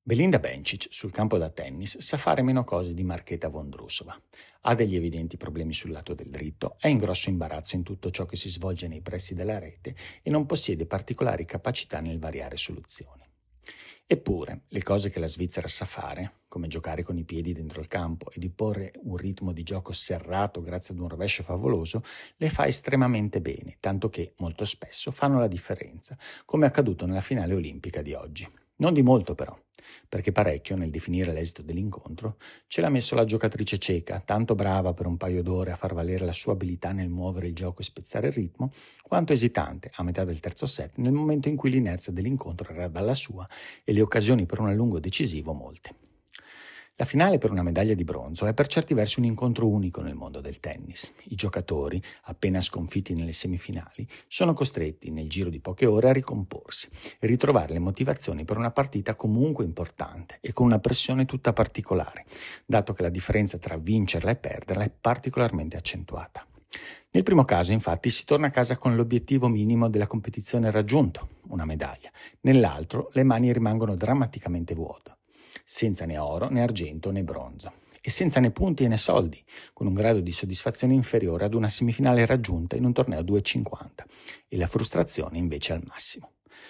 Belinda Bencic, sul campo da tennis, sa fare meno cose di Marketa Vondrousova. Ha degli evidenti problemi sul lato del dritto, è in grosso imbarazzo in tutto ciò che si svolge nei pressi della rete e non possiede particolari capacità nel variare soluzioni. Eppure, le cose che la Svizzera sa fare, come giocare con i piedi dentro il campo e di porre un ritmo di gioco serrato grazie ad un rovescio favoloso, le fa estremamente bene, tanto che, molto spesso, fanno la differenza, come è accaduto nella finale olimpica di oggi. Non di molto però, perché parecchio nel definire l'esito dell'incontro ce l'ha messo la giocatrice ceca, tanto brava per un paio d'ore a far valere la sua abilità nel muovere il gioco e spezzare il ritmo, quanto esitante a metà del terzo set nel momento in cui l'inerzia dell'incontro era dalla sua e le occasioni per un allungo decisivo molte. La finale per una medaglia di bronzo è per certi versi un incontro unico nel mondo del tennis. I giocatori, appena sconfitti nelle semifinali, sono costretti nel giro di poche ore a ricomporsi e ritrovare le motivazioni per una partita comunque importante e con una pressione tutta particolare, dato che la differenza tra vincerla e perderla è particolarmente accentuata. Nel primo caso, infatti, si torna a casa con l'obiettivo minimo della competizione raggiunto, una medaglia. Nell'altro, le mani rimangono drammaticamente vuote, senza né oro, né argento, né bronzo, e senza né punti né soldi, con un grado di soddisfazione inferiore ad una semifinale raggiunta in un torneo a 2,50 e la frustrazione invece al massimo.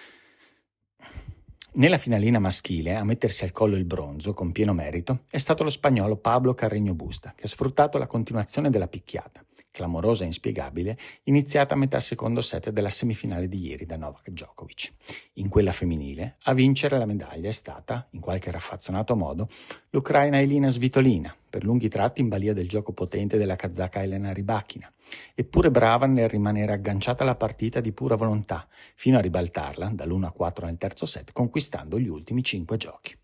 Nella finalina maschile, a mettersi al collo il bronzo, con pieno merito, è stato lo spagnolo Pablo Carreño Busta, che ha sfruttato la continuazione della picchiata, clamorosa e inspiegabile, iniziata a metà secondo set della semifinale di ieri da Novak Djokovic. In quella femminile, a vincere la medaglia è stata, in qualche raffazzonato modo, l'ucraina Elina Svitolina, per lunghi tratti in balia del gioco potente della kazaka Elena Rybakina, eppure brava nel rimanere agganciata alla partita di pura volontà, fino a ribaltarla dall'1-4 nel terzo set, conquistando gli ultimi 5 giochi.